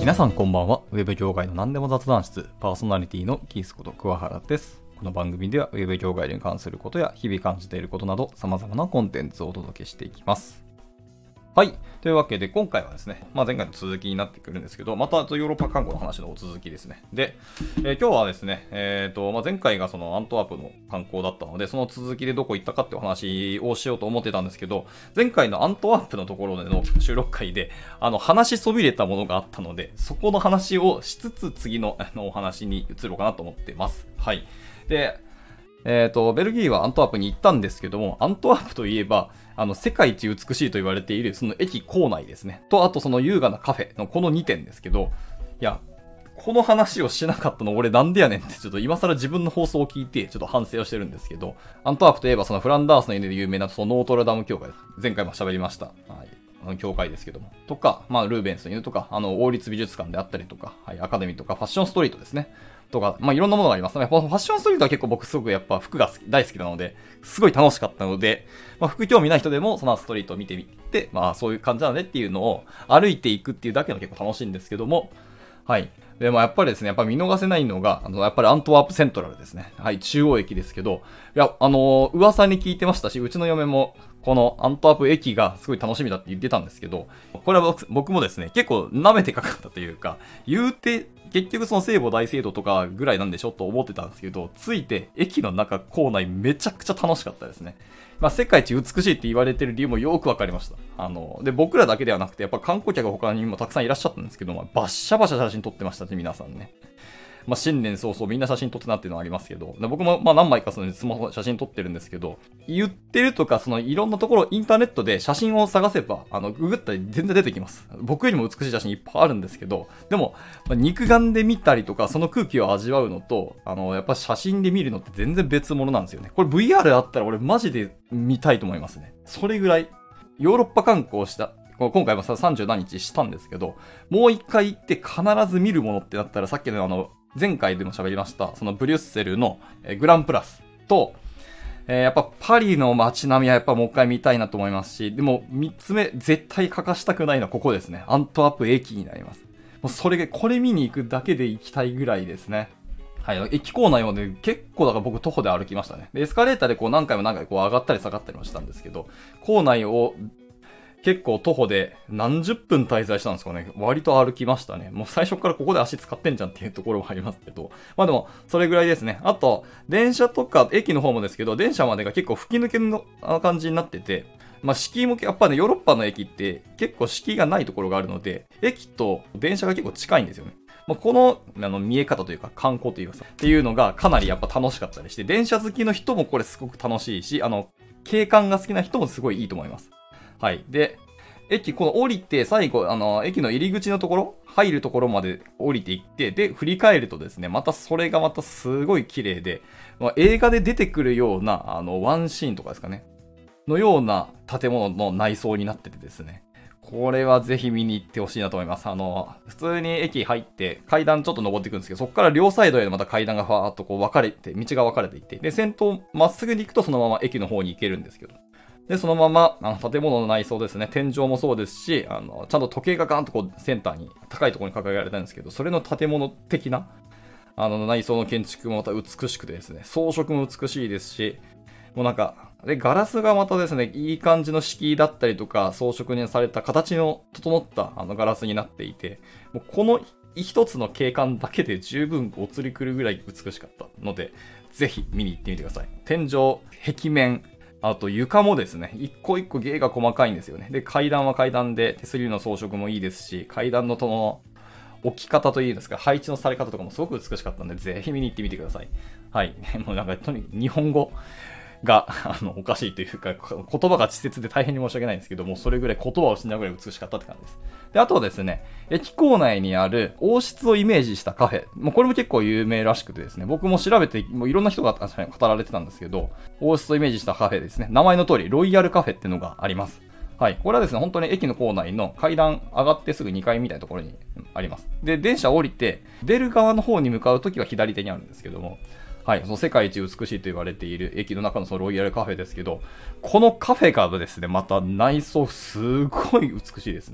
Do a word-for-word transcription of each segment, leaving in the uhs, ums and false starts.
皆さんこんばんは。ウェブ業界の何でも雑談室パーソナリティのキースこと桑原です。この番組ではウェブ業界に関することや日々感じていることなど様々なコンテンツをお届けしていきます。はい。というわけで今回はですね、まあ、前回の続きになってくるんですけど、またヨーロッパ観光の話の続きですね。で、えー、今日はですね、えーとまあ、前回がそのアントワープの観光だったので、その続きでどこ行ったかってお話をしようと思ってたんですけど、前回のアントワープのところでの収録会で、あの話しそびれたものがあったので、そこの話をしつつ次のあのお話に移ろうかなと思ってます。はい。で、えーと、ベルギーはアントワープに行ったんですけども、アントワープといえば、あの、世界一美しいと言われている、その駅構内ですね。と、あとその優雅なカフェのこのにてんですけど、いや、この話をしなかったの俺なんでやねんってちょっと今更自分の放送を聞いてちょっと反省をしてるんですけど、アントワープといえばそのフランダースの犬で有名なそのノートルダム教会です。前回も喋りました。はい。あの教会ですけども。とか、まあルーベンスの犬とか、あの王立美術館であったりとか、はい、アカデミーとかファッションストリートですね。とか、まあいろんなものがあります。やっぱファッションストリートは結構僕すごくやっぱ服が好き大好きなので、すごい楽しかったので、まあ服興味ない人でもそのストリートを見てみて、まあそういう感じなのねっていうのを歩いていくっていうだけの結構楽しいんですけども、はい。でもやっぱりですね、やっぱ見逃せないのが、あの、やっぱりアントワープセントラルですね。はい、中央駅ですけど、いや、あのー、噂に聞いてましたし、うちの嫁も、このアントワープ駅がすごい楽しみだって言ってたんですけど、これは 僕, 僕もですね、結構舐めてかかったというか、言うて、結局その聖母大聖堂とかぐらいなんでしょと思ってたんですけど、ついて駅の中構内めちゃくちゃ楽しかったですね。まあ世界一美しいって言われてる理由もよくわかりました。あの、で、僕らだけではなくて、やっぱ観光客が他にもたくさんいらっしゃったんですけど、まあ、バッシャバシャ写真撮ってましたね、皆さんね。まあ、新年早々みんな写真撮ってなっていうのはありますけど、で僕もまあ何枚かそのスマホ写真撮ってるんですけど、言ってるとかそのいろんなところインターネットで写真を探せば、あの、ググったり全然出てきます。僕よりも美しい写真いっぱいあるんですけど、でも、まあ、肉眼で見たりとかその空気を味わうのと、あの、やっぱ写真で見るのって全然別物なんですよね。これ ブイアール あったら俺マジで見たいと思いますね。それぐらい、ヨーロッパ観光した、今回もささんじゅうなんにちしたんですけど、もう一回行って必ず見るものってなったらさっきのあの、前回でも喋りました、そのブリュッセルのグランプラスと、えー、やっぱパリの街並みはやっぱもう一回見たいなと思いますし、でも三つ目絶対欠かしたくないのはここですね。アントワープ駅になります。もうそれが、これ見に行くだけで行きたいぐらいですね。はい、駅構内をね、結構だから僕徒歩で歩きましたね。で、エスカレーターでこう何回も何回もこう上がったり下がったりもしたんですけど、構内を結構徒歩で何十分滞在したんですかね。割と歩きましたね。もう最初からここで足使ってんじゃんっていうところもありますけど。まあでも、それぐらいですね。あと、電車とか駅の方もですけど、電車までが結構吹き抜けの感じになってて、まあ敷居もやっぱね、ヨーロッパの駅って結構敷居がないところがあるので、駅と電車が結構近いんですよね。まあ、この、あの、見え方というか、観光というかさ、っていうのがかなりやっぱ楽しかったりして、電車好きの人もこれすごく楽しいし、あの、景観が好きな人もすごいいいと思います。はい。で、駅、この降りて、最後、あの、駅の入り口のところ、入るところまで降りていって、で、振り返るとですね、またそれがまたすごい綺麗で、まあ、映画で出てくるような、あの、ワンシーンとかですかね、のような建物の内装になっててですね、これはぜひ見に行ってほしいなと思います。あの、普通に駅入って階段ちょっと登っていくんですけど、そこから両サイドへまた階段がファーっとこう分かれて、道が分かれていって、で、先頭まっすぐに行くとそのまま駅の方に行けるんですけど、で、そのまま、あの、建物の内装ですね。天井もそうですし、あの、ちゃんと時計がガーンとこう、センターに、高いところに掲げられたんですけど、それの建物的な、あの、内装の建築もまた美しくてですね、装飾も美しいですし、もうなんか、で、ガラスがまたですね、いい感じの敷居だったりとか、装飾にされた形の整った、あの、ガラスになっていて、もうこの一つの景観だけで十分お釣り来るぐらい美しかったので、ぜひ見に行ってみてください。天井、壁面、あと床もですね、一個一個芸が細かいんですよね。で、階段は階段で手すりの装飾もいいですし、階段のその置き方といいですか、配置のされ方とかもすごく美しかったんで、ぜひ見に行ってみてください。はい。もうなんか、とにかく日本語が、あの、おかしいというか、言葉が稚拙で大変に申し訳ないんですけども、それぐらい言葉を失うぐらい美しかったって感じです。で、あとはですね、駅構内にある王室をイメージしたカフェ。もうこれも結構有名らしくてですね、僕も調べて、もういろんな人が語られてたんですけど、王室をイメージしたカフェですね。名前の通り、ロイヤルカフェっていうのがあります。はい。これはですね、本当に駅の構内の階段上がってすぐにかいみたいなところにあります。で、電車降りて、出る側の方に向かうときは左手にあるんですけども、はい、その世界一美しいと言われている駅の中のそのロイヤルカフェですけど、このカフェがですね、また内装すごい美しいですね。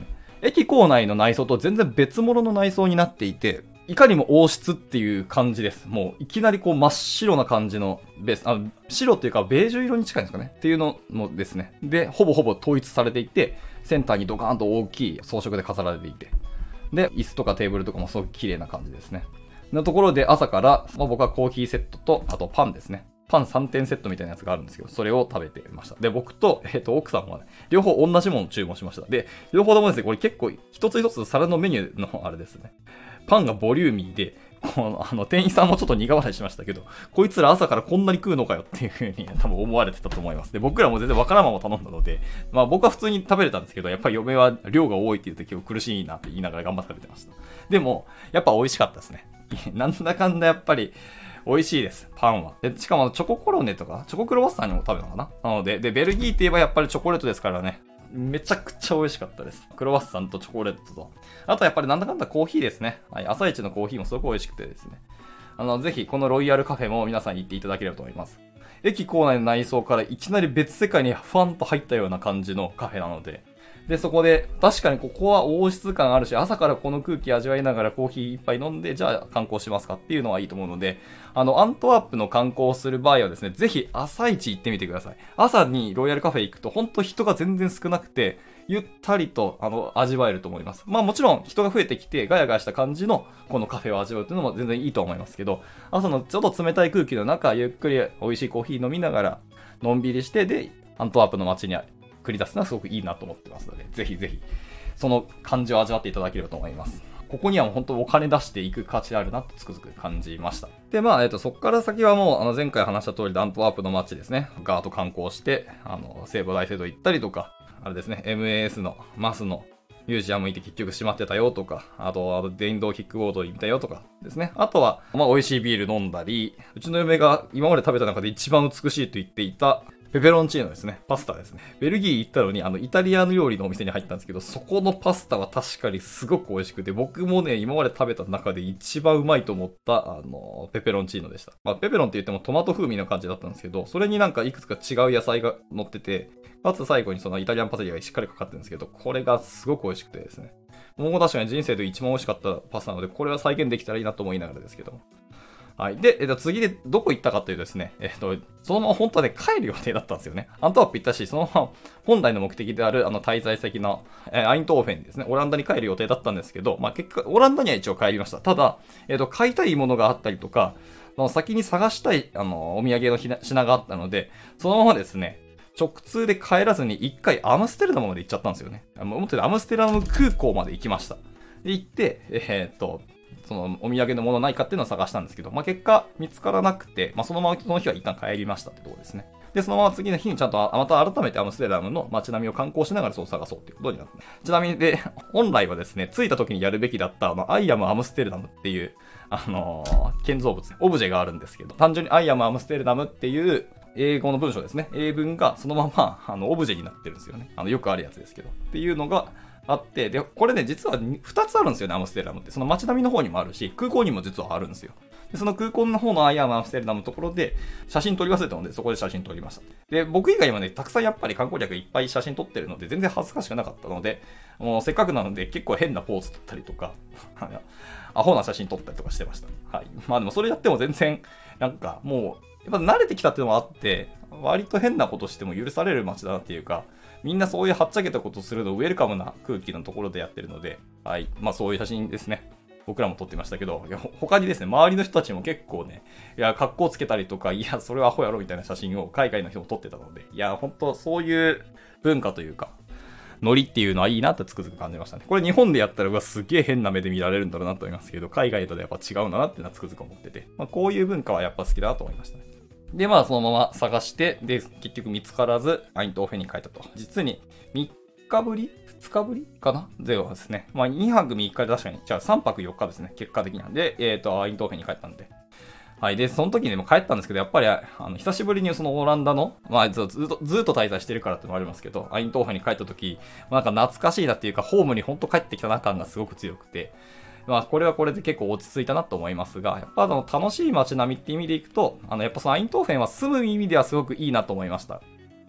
駅構内の内装と全然別物の内装になっていて、いかにも王室っていう感じです。もういきなりこう真っ白な感じのベース、あ白っていうかベージュ色に近いんですかねっていうのもですね。で、ほぼほぼ統一されていて、センターにドカーンと大きい装飾で飾られていて、で、椅子とかテーブルとかもすごく綺麗な感じですね。のところで朝から、まあ、僕はコーヒーセットと、あとパンですね。パンさんてんセットみたいなやつがあるんですけど、それを食べてました。で、僕と、えっと、奥さんはね、両方同じものを注文しました。で、両方ともですね、これ結構一つ一つ皿のメニューのあれですね。パンがボリューミーで、この、あの、店員さんもちょっと苦笑いしましたけど、こいつら朝からこんなに食うのかよっていう風に多分思われてたと思います。で、僕らも全然わからんまま頼んだので、まあ僕は普通に食べれたんですけど、やっぱり嫁は量が多いって言うと結構苦しいなって言いながら頑張って食べてました。でも、やっぱ美味しかったですね。なんだかんだやっぱり、美味しいです。パンは。で、しかもチョココロネとか、チョコクロワッサンにも食べたのかななので、で、ベルギーって言えばやっぱりチョコレートですからね。めちゃくちゃ美味しかったです。クロワッサンとチョコレートと。あとやっぱりなんだかんだコーヒーですね。はい。朝一のコーヒーもすごく美味しくてですね。あの、ぜひこのロイヤルカフェも皆さん行っていただければと思います。駅構内の内装からいきなり別世界にファンと入ったような感じのカフェなので、で、そこで、確かにここは王室感あるし、朝からこの空気味わいながらコーヒー一杯飲んで、じゃあ観光しますかっていうのはいいと思うので、あの、アントワープの観光をする場合はですね、ぜひ朝一行ってみてください。朝にロイヤルカフェ行くと、ほんと人が全然少なくて、ゆったりと、あの、味わえると思います。まあもちろん人が増えてきて、ガヤガヤした感じの、このカフェを味わうというのも全然いいと思いますけど、朝のちょっと冷たい空気の中、ゆっくり美味しいコーヒー飲みながら、のんびりして、で、アントワープの街に繰り出すのはすごくいいなと思ってますので、ぜひぜひ、その感じを味わっていただければと思います。ここにはもう本当お金出していく価値あるなとつくづく感じました。で、まあ、えっと、そこから先はもう、あの、前回話した通りでアントワープの街ですね、ガーッと観光して、あの、聖母大聖堂行ったりとか、あれですね、エムエーエス のマスのミュージアム行って結局閉まってたよとか、あと、あと電動キックボード見たよとかですね。あとは、まあ、美味しいビール飲んだり、うちの嫁が今まで食べた中で一番美しいと言っていた、ペペロンチーノですね。パスタですね。ベルギー行ったのに、あの、イタリアの料理のお店に入ったんですけど、そこのパスタは確かにすごく美味しくて、僕もね、今まで食べた中で一番うまいと思った、あの、ペペロンチーノでした。まあ、ペペロンって言ってもトマト風味の感じだったんですけど、それになんかいくつか違う野菜が乗ってて、かつ最後にそのイタリアンパセリがしっかりかかってるんですけど、これがすごく美味しくてですね。もう確かに人生で一番美味しかったパスタなので、これは再現できたらいいなと思いながらですけど。はい。で、えっと、次でどこ行ったかというとですね、えっと、そのまま本当はね、帰る予定だったんですよね。アントワープ行ったし、そのまま本来の目的である、あの、滞在先の、えー、アイントーフェンですね、オランダに帰る予定だったんですけど、まあ、結果、オランダには一応帰りました。ただ、えっと、買いたいものがあったりとか、その先に探したい、あの、お土産の品があったので、そのままですね、直通で帰らずに一回アムステルダムまで行っちゃったんですよね。思ってたアムステルダム空港まで行きました。で、行って、えー、っと、そのお土産のものないかっていうのを探したんですけど、まあ、結果見つからなくて、まあ、そのままその日は一旦帰りましたってところですね。で、そのまま次の日にちゃんとまた改めてアムステルダムの街並みを観光しながらそう探そうっていうことになって、ね、ちなみにで、本来はですね、着いた時にやるべきだった、あの、アイアムアムステルダムっていう、あのー、建造物、オブジェがあるんですけど、単純にアイアムアムステルダムっていう英語の文章ですね。英文がそのまま、あの、オブジェになってるんですよね。あの、よくあるやつですけど。っていうのが、あって、で、これね、実はふたつあるんですよね、アムステルダムって。その街並みの方にもあるし、空港にも実はあるんですよ。で、その空港の方のアイアムアムステルダムのところで、写真撮り忘れたので、そこで写真撮りました。で、僕以外はね、たくさんやっぱり観光客いっぱい写真撮ってるので、全然恥ずかしくなかったので、もうせっかくなので、結構変なポーズ撮ったりとか、アホな写真撮ったりとかしてました。はい。まあでもそれやっても全然、なんかもう、やっぱ慣れてきたっていうのもあって、割と変なことしても許される街だなっていうか、みんなそういうはっちゃけたことするのウェルカムな空気のところでやってるので、はい。まあそういう写真ですね。僕らも撮ってましたけど、いや他にですね、周りの人たちも結構ね、いや、格好つけたりとか、いや、それはアホやろみたいな写真を海外の人も撮ってたので、いや、ほんとそういう文化というか、ノリっていうのはいいなってつくづく感じましたね。これ日本でやったら、うわ、すげえ変な目で見られるんだろうなと思いますけど、海外とやっぱ違うんだなっていうのはつくづく思ってて、まあこういう文化はやっぱ好きだなと思いましたね。で、まあ、そのまま探して、で、結局見つからず、アイントーフェンに帰ったと。実にみっかぶり ?ふつ 日ぶりかなではですね。まあ、にはくみっかで確かに、じゃあさんぱくよっかですね。結果的には。で、えっと、アイントーフェンに帰ったんで。はい。で、その時にも帰ったんですけど、やっぱり、あの、久しぶりにそのオランダの、まあ、ずっと、ずっと滞在してるからってのもありますけど、アイントーフェンに帰った時、まあ、なんか懐かしいなっていうか、ホームにほんと帰ってきたな感がすごく強くて、まあ、これはこれで結構落ち着いたなと思いますが、やっぱあの、楽しい街並みって意味でいくと、あの、やっぱそのアイントーフェンは住む意味ではすごくいいなと思いました。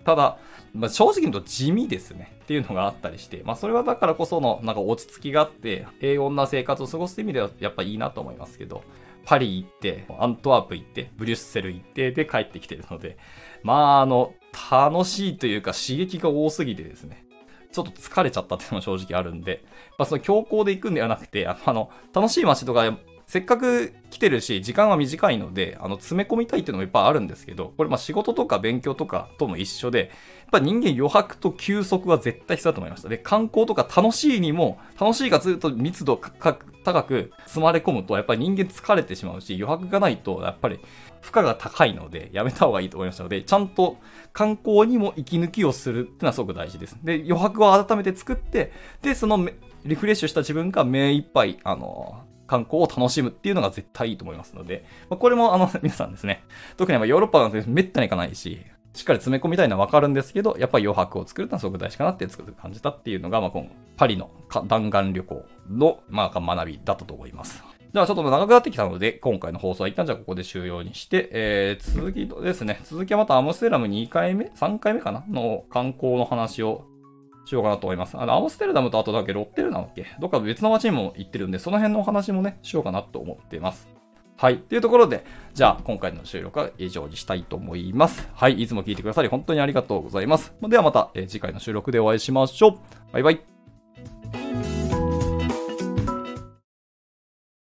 ただ、まあ、正直言うと地味ですねっていうのがあったりして、まあそれはだからこそのなんか落ち着きがあって平穏な生活を過ごす意味ではやっぱいいなと思いますけど、パリ行って、アントワープ行って、ブリュッセル行って、で帰ってきてるので、まああの、楽しいというか刺激が多すぎてですね、ちょっと疲れちゃったっていうのも正直あるんで、まあその強行で行くんではなくて、あの、楽しい街とか、せっかく来てるし、時間は短いので、あの、詰め込みたいっていうのもいっぱいあるんですけど、これまあ仕事とか勉強とかとも一緒で、やっぱ人間余白と休息は絶対必要だと思いました。で、観光とか楽しいにも、楽しいがずっと密度高く積まれ込むと、やっぱり人間疲れてしまうし、余白がないと、やっぱり負荷が高いので、やめた方がいいと思いましたので、ちゃんと観光にも息抜きをするっていうのはすごく大事です。で、余白を改めて作って、で、そのリフレッシュした自分が目いっぱい、あの、観光を楽しむっていうのが絶対いいと思いますので、まあ、これもあの、皆さんですね、特にヨーロッパなんてめったに行かないし、しっかり詰め込みたいのはわかるんですけど、やっぱり余白を作るのはすごく大事かなって感じたっていうのが、まあ、今パリの弾丸旅行の、まあ、学びだったと思います。じゃあちょっと長くなってきたので、今回の放送は一旦じゃあここで終了にして、えー、続きですね、続きはまたアムステルダムにかいめ ?さん 回目かなの観光の話をしようかなと思います。あの、アムステルダムとあとだけロッテルダムだっけどっか別の街にも行ってるんで、その辺のお話もね、しようかなと思っています。はい。というところで、じゃあ今回の収録は以上にしたいと思います。はい。いつも聞いてくださり本当にありがとうございます。ではまた、えー、次回の収録でお会いしましょう。バイバイ。